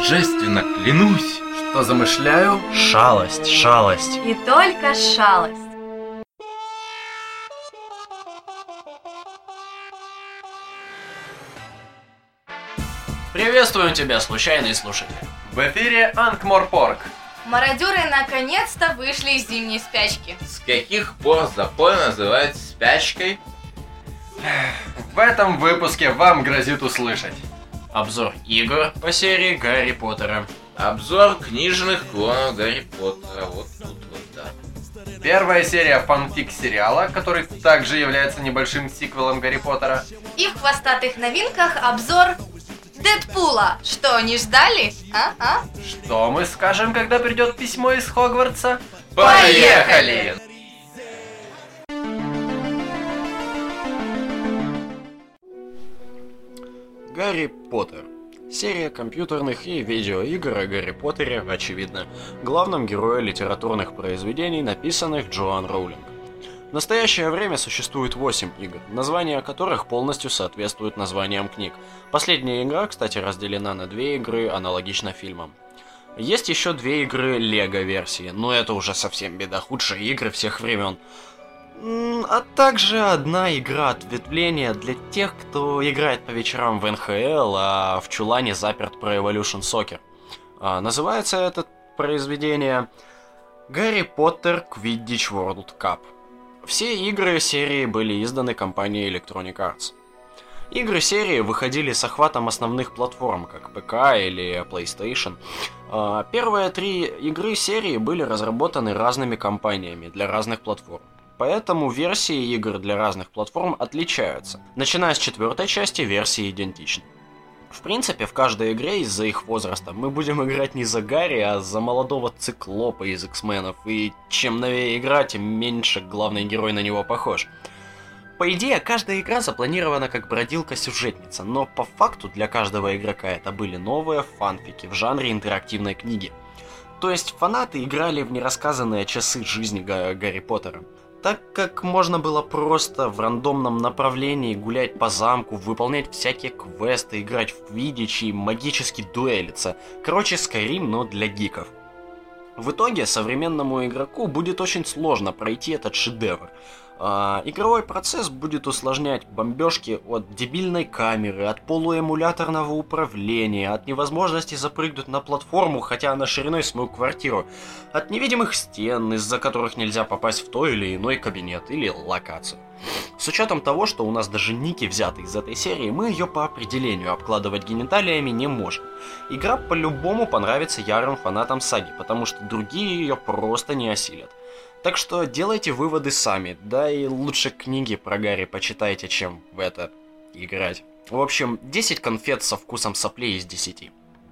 торжественно клянусь, что замышляю шалость. И только шалость. Приветствуем тебя, случайный слушатель. в эфире Анкморпорк. Мародеры наконец-то вышли из зимней спячки. с каких пор запой называют спячкой? В этом выпуске вам грозит услышать Обзор игр по серии Гарри Поттера. Обзор книжных клонов Гарри Поттера. Вот тут вот, да. первая серия фанфик-сериала, который также является небольшим сиквелом Гарри Поттера. И в хвостатых новинках обзор Дэдпула. Что, не ждали? Что мы скажем, когда придет письмо из Хогвартса? Поехали! Гарри Поттер. Серия компьютерных и видеоигр о Гарри Поттере, очевидно, главном герое литературных произведений, написанных Джоан Роулинг. В настоящее время существует 8 игр, названия которых полностью соответствуют названиям книг. Последняя игра, кстати, разделена на 2 игры, аналогично фильмам. Есть еще 2 игры Лего-версии, но это уже совсем беда, худшие игры всех времен. А также одна игра ответвления для тех, кто играет по вечерам в НХЛ, а в чулане заперт про Evolution Soccer. Называется это произведение Гарри Поттер Quidditch World Cup. Все игры серии были изданы компанией Electronic Arts. Игры серии выходили с охватом основных платформ, как ПК или PlayStation. Первые 3 игры серии были разработаны разными компаниями для разных платформ. Поэтому версии игр для разных платформ отличаются. Начиная с 4-й части, версии идентичны. В принципе, в каждой игре из-за их возраста мы будем играть не за Гарри, а за молодого Циклопа из X-менов, и чем новее игра, тем меньше главный герой на него похож. По идее, каждая игра запланирована как бродилка-сюжетница, но по факту для каждого игрока это были новые фанфики в жанре интерактивной книги. То есть фанаты играли в нерассказанные часы жизни Гарри Поттера. Так как можно было просто в рандомном направлении гулять по замку, выполнять всякие квесты, играть в квиддич и магически дуэлиться. Короче, Skyrim, но для гиков. В итоге современному игроку будет очень сложно пройти этот шедевр. Игровой процесс будет усложнять бомбежки от дебильной камеры, от полуэмуляторного управления, от невозможности запрыгнуть на платформу, хотя она шириной с мою квартиру, от невидимых стен, из-за которых нельзя попасть в той или иной кабинет или локацию. С учетом того, что у нас даже ники взяты из этой серии, мы ее по определению обкладывать гениталиями не можем. Игра по-любому понравится ярым фанатам саги, потому что другие ее просто не осилят. Так что делайте выводы сами, да и лучше книги про Гарри почитайте, чем в это играть. В общем, 10 конфет со вкусом соплей из 10.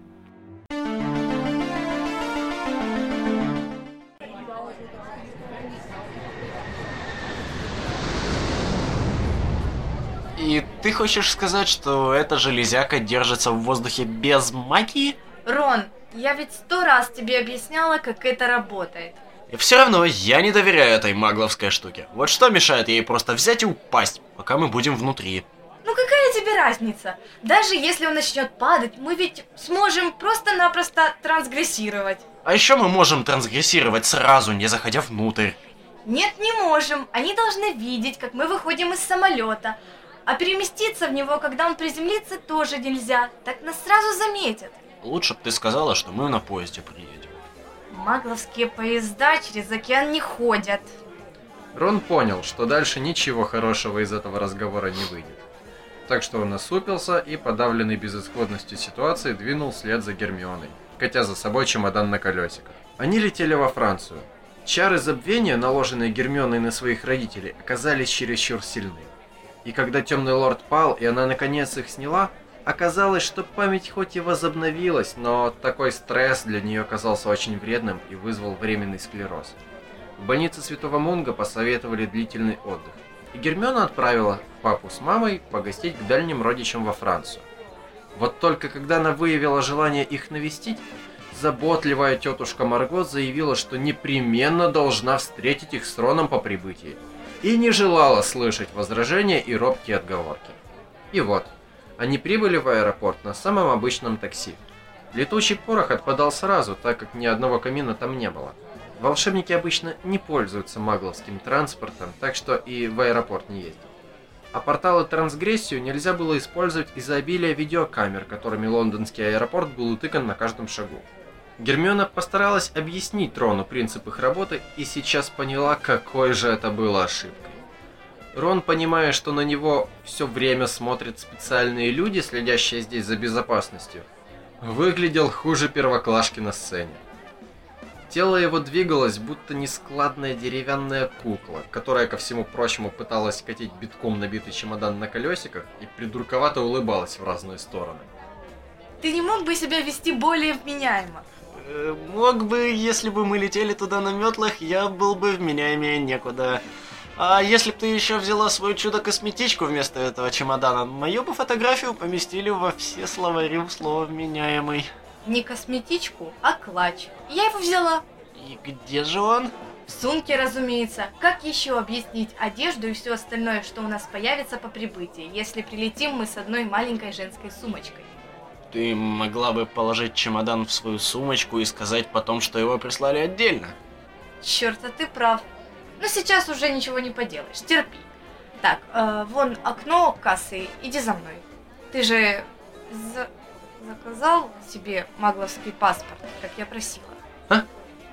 И ты хочешь сказать, что эта железяка держится в воздухе без магии? Рон, я ведь 100 раз тебе объясняла, как это работает. И все равно я не доверяю этой магловской штуке. Вот что мешает ей просто взять и упасть, пока мы будем внутри? Ну какая тебе разница? Даже если он начнет падать, мы ведь сможем просто-напросто трансгрессировать. А еще мы можем трансгрессировать сразу, не заходя внутрь. Нет, не можем. Они должны видеть, как мы выходим из самолета. А переместиться в него, когда он приземлится, тоже нельзя. Так нас сразу заметят. Лучше бы ты сказала, что мы на поезде приедем. Магловские поезда через океан не ходят. Рон понял, что дальше ничего хорошего из этого разговора не выйдет. Так что он насупился и, подавленный безысходностью ситуации, двинул вслед за Гермионой, катя за собой чемодан на колесиках. Они летели во Францию. Чары забвения, наложенные Гермионой на своих родителей, оказались чересчур сильны. И когда Темный Лорд пал, и она наконец их сняла, оказалось, что память хоть и возобновилась, но такой стресс для нее оказался очень вредным и вызвал временный склероз. В больнице Святого Мунга посоветовали длительный отдых, и Гермиона отправила папу с мамой погостить к дальним родичам во Францию. Вот только когда она выявила желание их навестить, заботливая тетушка Марго заявила, что непременно должна встретить их с Роном по прибытии, и не желала слышать возражения и робкие отговорки. И вот, они прибыли в аэропорт на самом обычном такси. Летучий порох отпадал сразу, так как ни одного камина там не было. Волшебники обычно не пользуются магловским транспортом, так что и в аэропорт не ездят. А порталы трансгрессию нельзя было использовать из-за обилия видеокамер, которыми лондонский аэропорт был утыкан на каждом шагу. Гермиона постаралась объяснить Рону принцип их работы и сейчас поняла, какой же это было ошибкой. Рон, понимая, что на него все время смотрят специальные люди, следящие здесь за безопасностью, выглядел хуже первоклашки на сцене. Тело его двигалось, будто нескладная деревянная кукла, которая, ко всему прочему, пыталась катить битком набитый чемодан на колесиках и придурковато улыбалась в разные стороны. Ты не мог бы себя вести более вменяемо? Мог бы, если бы мы летели туда на метлах, я был бы вменяемее некуда. А если бы ты еще взяла свою чудо-косметичку вместо этого чемодана, мою бы фотографию поместили во все словари в слово «вменяемый». Не косметичку, а клатч. Я его взяла. И где же он? В сумке, разумеется. Как еще объяснить одежду и все остальное, что у нас появится по прибытии, если прилетим мы с одной маленькой женской сумочкой? Ты могла бы положить чемодан в свою сумочку и сказать потом, что его прислали отдельно. Черт, а ты прав. Но сейчас уже ничего не поделаешь. Терпи. Так, вон окно кассы, иди за мной. Ты же заказал себе магловский паспорт, как я просила. А?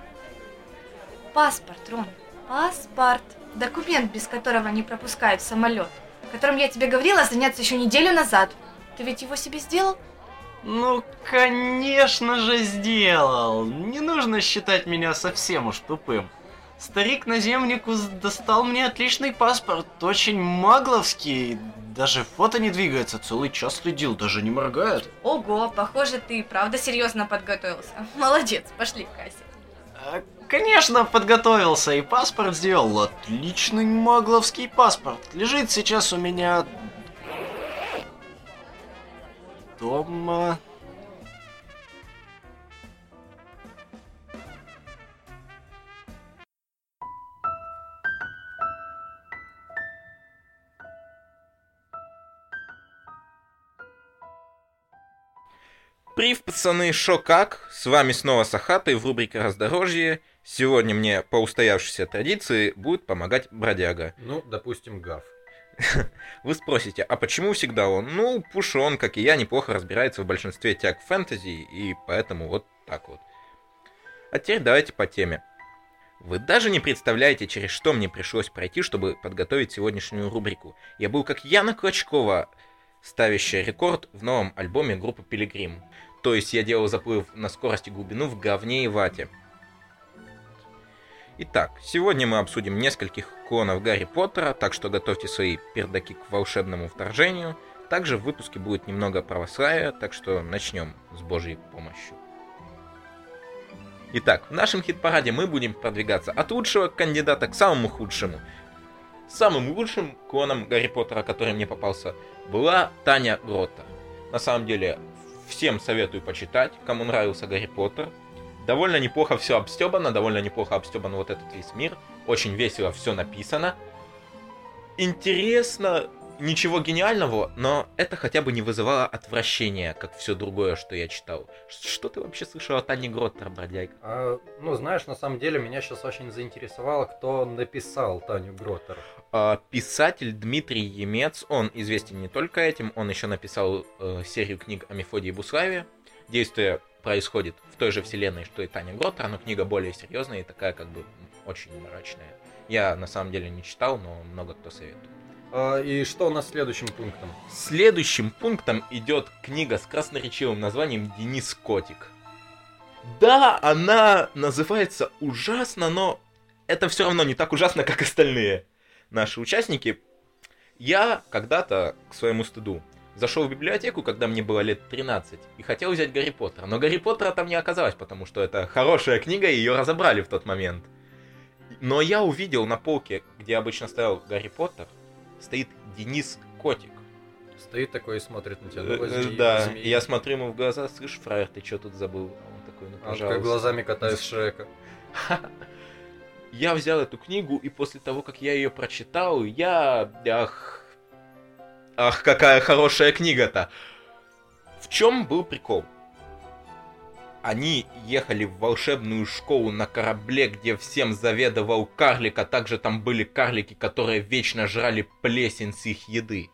Паспорт, Рон. Паспорт. Документ, без которого не пропускают в самолет. Которым я тебе говорила заняться еще неделю назад. Ты ведь его себе сделал? Ну, конечно же сделал. Не нужно считать меня совсем уж тупым. Старик-наземник достал мне отличный паспорт, очень магловский. Даже фото не двигается, целый час следил, даже не моргает. Ого, похоже, ты правда серьезно подготовился. Молодец, пошли к кассе. Конечно, подготовился и паспорт сделал. Отличный магловский паспорт. Лежит сейчас у меня дома. Привет, пацаны, шо как? С вами снова Сахатый в рубрике «Раздорожье». Сегодня мне по устоявшейся традиции будет помогать бродяга. Ну, допустим, Гав. Вы спросите, а почему всегда он? Ну, пусть он, как и я, неплохо разбирается в большинстве тяг фэнтези, и поэтому вот так вот. А теперь давайте по теме. Вы даже не представляете, через что мне пришлось пройти, чтобы подготовить сегодняшнюю рубрику. Я был как Яна Клочкова, ставящая рекорд в новом альбоме группы Пилигрим. То есть я делал заплыв на скорость и глубину в говне и вате. Итак, сегодня мы обсудим нескольких клонов Гарри Поттера, так что готовьте свои пердаки к волшебному вторжению. Также в выпуске будет немного православия, так что начнем с Божьей помощью. Итак, в нашем хит-параде мы будем продвигаться от лучшего кандидата к самому худшему. Самым лучшим клоном Гарри Поттера, который мне попался, была Таня Гроттер. На самом деле, всем советую почитать, кому нравился Гарри Поттер. Довольно неплохо все обстебано, довольно неплохо обстебан вот этот весь мир. Очень весело все написано. Интересно, ничего гениального, но это хотя бы не вызывало отвращения, как все другое, что я читал. Что ты вообще слышал о Тане Гроттер, бродяга? Ну, знаешь, на самом деле меня сейчас очень заинтересовало, кто написал Таню Гроттер. Писатель Дмитрий Емец, он известен не только этим, он еще написал серию книг о Мефодии Буславе. Действие происходит в той же вселенной, что и Таня Гроттер, но книга более серьезная и такая как бы очень мрачная. Я на самом деле не читал, но много кто советует. И что у нас следующим пунктом? Следующим пунктом идет книга с красноречивым названием «Денис Котик». Да, она называется ужасно, но это все равно не так ужасно, как остальные наши участники. Я когда-то, к своему стыду, зашел в библиотеку, когда мне было лет 13, и хотел взять Гарри Поттера. Но Гарри Поттера там не оказалось, потому что это хорошая книга, и ее разобрали в тот момент. Но я увидел на полке, где обычно стоял Гарри Поттер, стоит Денис Котик. Стоит такой и смотрит на тебя. Да, и я смотрю ему в глаза, слышь, фраер, ты что тут забыл? А он такой, ну пожалуйста. Как глазами катает Шрека. Я взял эту книгу, и после того, как я ее прочитал, Ах, какая хорошая книга-то! В чем был прикол? они ехали в волшебную школу на корабле, где всем заведовал карлик, а также там были карлики, которые вечно жрали плесень с их еды.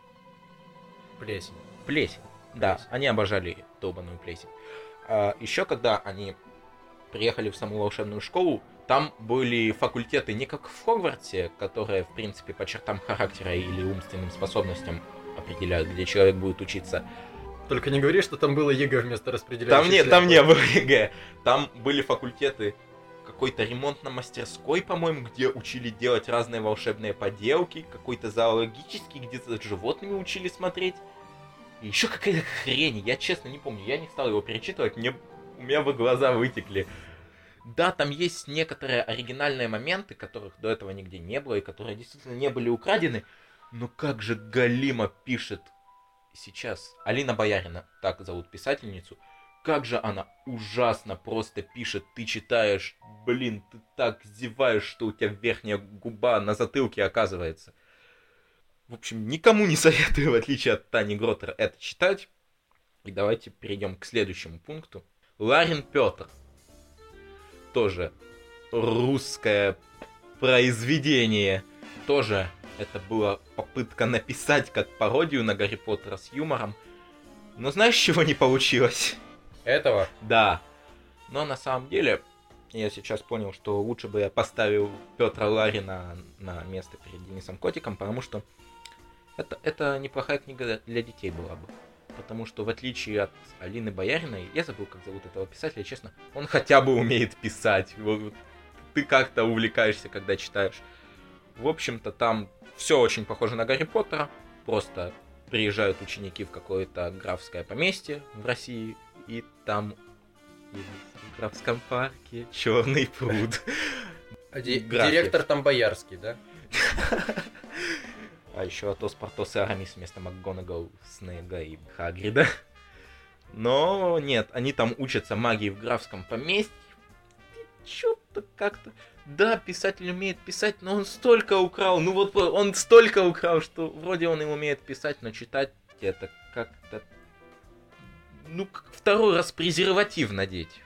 Плесень. Плесень. Да, Плесень. они обожали долбаную плесень. Еще когда они приехали в саму волшебную школу, там были факультеты не как в Хогвартсе, которые, в принципе, по чертам характера или умственным способностям определяют, где человек будет учиться. Только не говори, что там было ЕГЭ вместо распределяющей Там не было ЕГЭ. Там были факультеты какой-то ремонтно-мастерской, по-моему, где учили делать разные волшебные поделки, какой-то зоологический, где за животными учили смотреть. И еще какая-то хрень, я честно не помню, я не стал его перечитывать, у меня бы глаза вытекли. Да, там есть некоторые оригинальные моменты, которых до этого нигде не было, и которые действительно не были украдены, но как же галимо пишет сейчас Алина Боярина, так зовут писательницу, как же она ужасно просто пишет, ты читаешь, блин, ты так зеваешь, что у тебя верхняя губа на затылке оказывается. В общем, никому не советую, в отличие от Тани Гротер, это читать. И давайте перейдем к следующему пункту. Ларин Петр. Тоже русское произведение. Тоже это была попытка написать как пародию на Гарри Поттера с юмором. Но знаешь, чего не получилось? Этого? Да. Но на самом деле, я сейчас понял, что лучше бы я поставил Петра Ларина на место перед Денисом Котиком, потому что это неплохая книга для детей была бы. Потому что, в отличие от Алины Бояриной, я забыл, как зовут этого писателя, честно, он хотя бы умеет писать. Ты как-то увлекаешься, когда читаешь. В общем-то, там все очень похоже на Гарри Поттера. Просто приезжают ученики в какое-то графское поместье в России, и там есть в графском парке черный пруд. Директор там боярский, да? А еще Атос, Портос и Арамис вместо МакГонагал, Снейга и Хагрида. Но нет, они там учатся магии в графском поместье. Чё-то как-то... Да, писатель умеет писать, но он столько украл. Ну вот он столько украл, что вроде он и умеет писать, но читать это как-то... Ну, как второй раз презерватив надеть.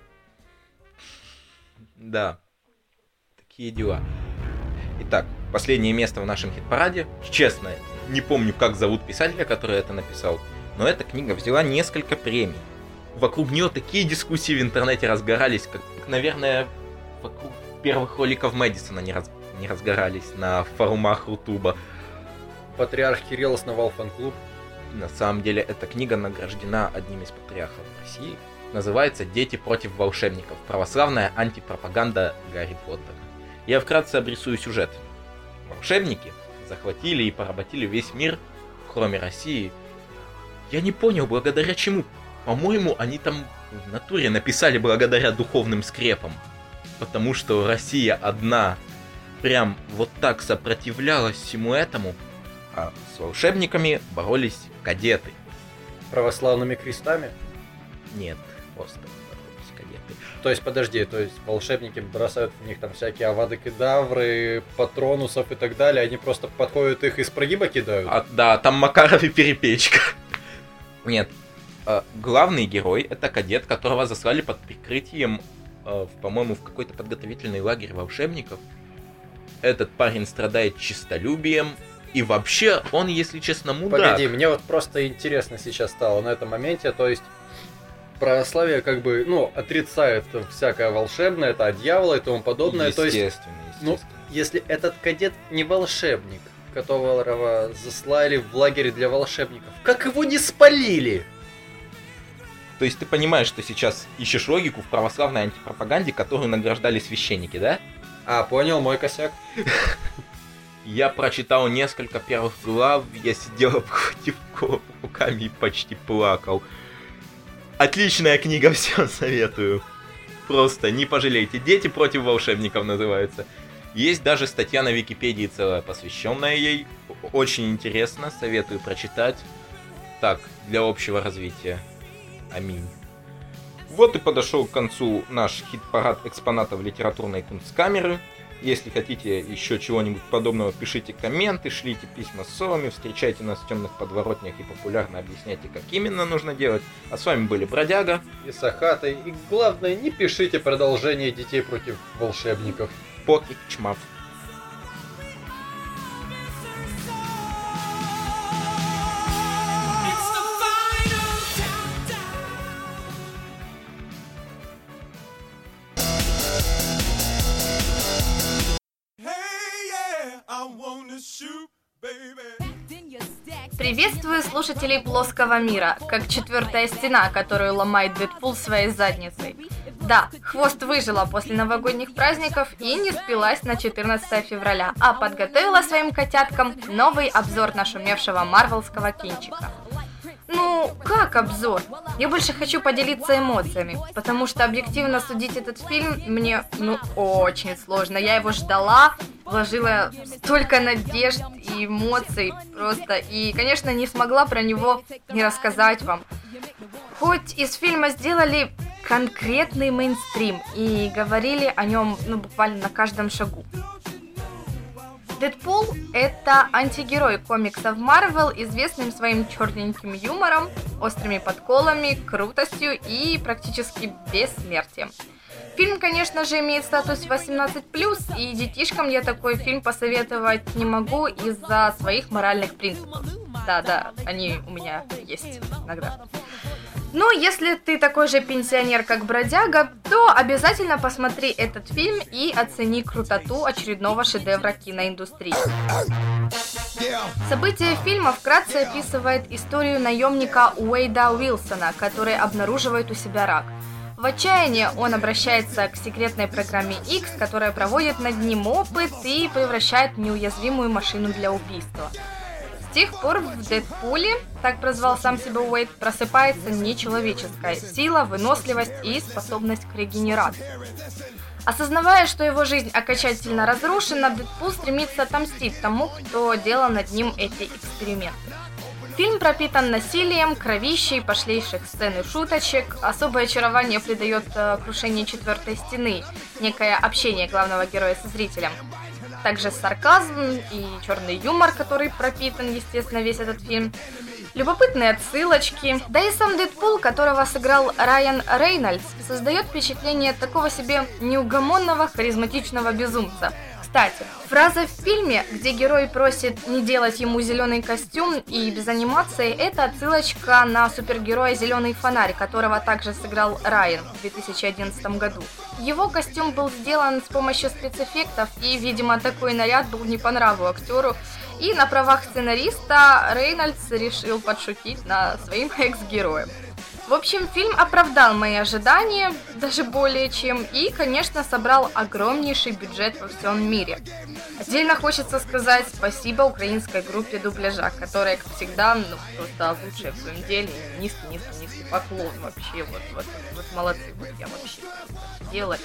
Да. Такие дела. Итак, последнее место в нашем хит-параде. Честно, не помню, как зовут писателя, который это написал, но эта книга взяла несколько премий. Вокруг нее такие дискуссии в интернете разгорались, как, наверное, вокруг первых роликов Мэдисона не разгорались на форумах Рутуба. Патриарх Кирилл основал фан-клуб. На самом деле, эта книга награждена одним из патриархов России. Называется «Дети против волшебников. Православная антипропаганда Гарри Поттера». Я вкратце обрисую сюжет. Волшебники захватили и поработили весь мир, кроме России. Я не понял, благодаря чему. По-моему, они там в натуре написали благодаря духовным скрепам. Потому что Россия одна прям вот так сопротивлялась всему этому, а с волшебниками боролись кадеты. Православными крестами? Нет, просто боролись кадеты. То есть, подожди, то есть волшебники бросают в них там всякие авады-кедавры, патронусов и так далее, они просто подходят их из прогиба кидают? Да, там Макаров и Перепечка. Нет, главный герой — это кадет, которого заслали под прикрытием, по-моему, в какой-то подготовительный лагерь волшебников. Этот парень страдает честолюбием, и вообще он, если честно, мудак. Погоди, мне вот просто интересно сейчас стало на этом моменте, то есть православие как бы, ну, отрицает всякое волшебное, это от дьявола и тому подобное. То есть, ну, если этот кадет не волшебник, которого заслали в лагерь для волшебников, как его не спалили? То есть ты понимаешь, что сейчас ищешь логику в православной антипропаганде, которую награждали священники, да? А, понял, мой косяк. Я прочитал несколько первых глав, я сидел обхватив голову руками и почти плакал. Отличная книга, всем советую. Просто не пожалейте. «Дети против волшебников» называется. Есть даже статья на Википедии целая, посвященная ей. Очень интересно, советую прочитать. Так, для общего развития. Аминь. Вот и подошел к концу наш хит-парад экспонатов литературной кунсткамеры. Если хотите еще чего-нибудь подобного, пишите комменты, шлите письма Соми, встречайте нас в темных подворотнях и популярно объясняйте, как именно нужно делать. А с вами были Бродяга и Сахатой. И главное, не пишите продолжение «Детей против волшебников». Пок и Чмав. Приветствую слушателей плоского мира, как четвертая стена, которую ломает Дэдпул своей задницей. Да, Хвост выжила после новогодних праздников и не спилась на 14 февраля, а подготовила своим котяткам новый обзор нашумевшего марвелского кинчика. Ну, как обзор? Я больше хочу поделиться эмоциями, потому что объективно судить этот фильм мне, очень сложно. Я его ждала, вложила столько надежд и эмоций просто, и, конечно, не смогла про него не рассказать вам. Хоть из фильма сделали конкретный мейнстрим и говорили о нем, буквально на каждом шагу. Дэдпул – это антигерой комиксов Marvel, известным своим черненьким юмором, острыми подколами, крутостью и практически бессмертием. Фильм, конечно же, имеет статус 18+, и детишкам я такой фильм посоветовать не могу из-за своих моральных принципов. Да, они у меня есть иногда. Но если ты такой же пенсионер, как Бродяга, то обязательно посмотри этот фильм и оцени крутоту очередного шедевра киноиндустрии. Событие фильма вкратце описывает историю наемника Уэйда Уилсона, который обнаруживает у себя рак. В отчаянии он обращается к секретной программе X, которая проводит над ним опыт и превращает в неуязвимую машину для убийства. С тех пор в Дэдпуле, так прозвал сам себя Уэйд, просыпается нечеловеческая сила, выносливость и способность к регенерации. Осознавая, что его жизнь окончательно разрушена, Дэдпул стремится отомстить тому, кто делал над ним эти эксперименты. Фильм пропитан насилием, кровищей, пошлейших сцен и шуточек. Особое очарование придает крушение четвертой стены, некое общение главного героя со зрителем. Также сарказм и черный юмор, который пропитан, естественно, весь этот фильм. Любопытные отсылочки. Да и сам Дэдпул, которого сыграл Райан Рейнольдс, создает впечатление такого себе неугомонного, харизматичного безумца. Кстати, фраза в фильме, где герой просит не делать ему зеленый костюм и без анимации, это отсылочка на супергероя Зеленый фонарь, которого также сыграл Райан в 2011 году. Его костюм был сделан с помощью спецэффектов, и, видимо, такой наряд был не по нраву актеру. И на правах сценариста Рейнольдс решил подшутить над своим экс-героем. В общем, фильм оправдал мои ожидания, даже более чем, и, конечно, собрал огромнейший бюджет во всем мире. Отдельно хочется сказать спасибо украинской группе дубляжа, которая, как всегда, просто лучшая в своем деле. Низкий поклон вообще, вот молодцы, вот я вообще делаю.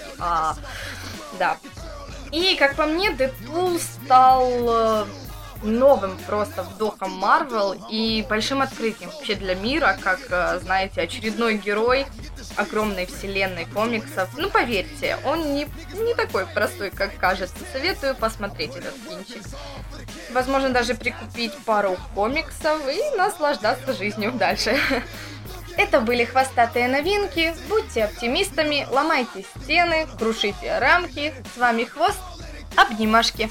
Да. И, как по мне, Дэдпул стал новым просто вдохом Marvel и большим открытием вообще для мира, как, знаете, очередной герой огромной вселенной комиксов. Поверьте, он не такой простой, как кажется. Советую посмотреть этот кинчик. Возможно, даже прикупить пару комиксов и наслаждаться жизнью дальше. Это были хвостатые новинки. Будьте оптимистами, ломайте стены, крушите рамки. С вами Хвост. Обнимашки.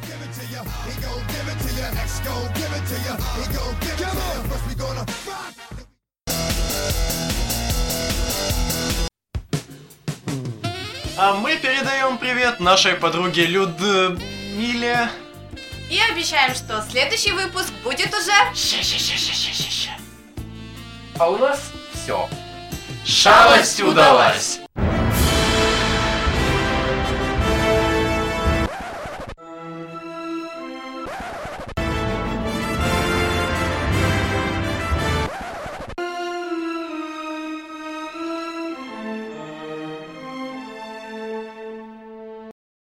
А мы передаем привет нашей подруге Людмиле. И обещаем, что следующий выпуск будет уже... А у нас все. Шалость удалась!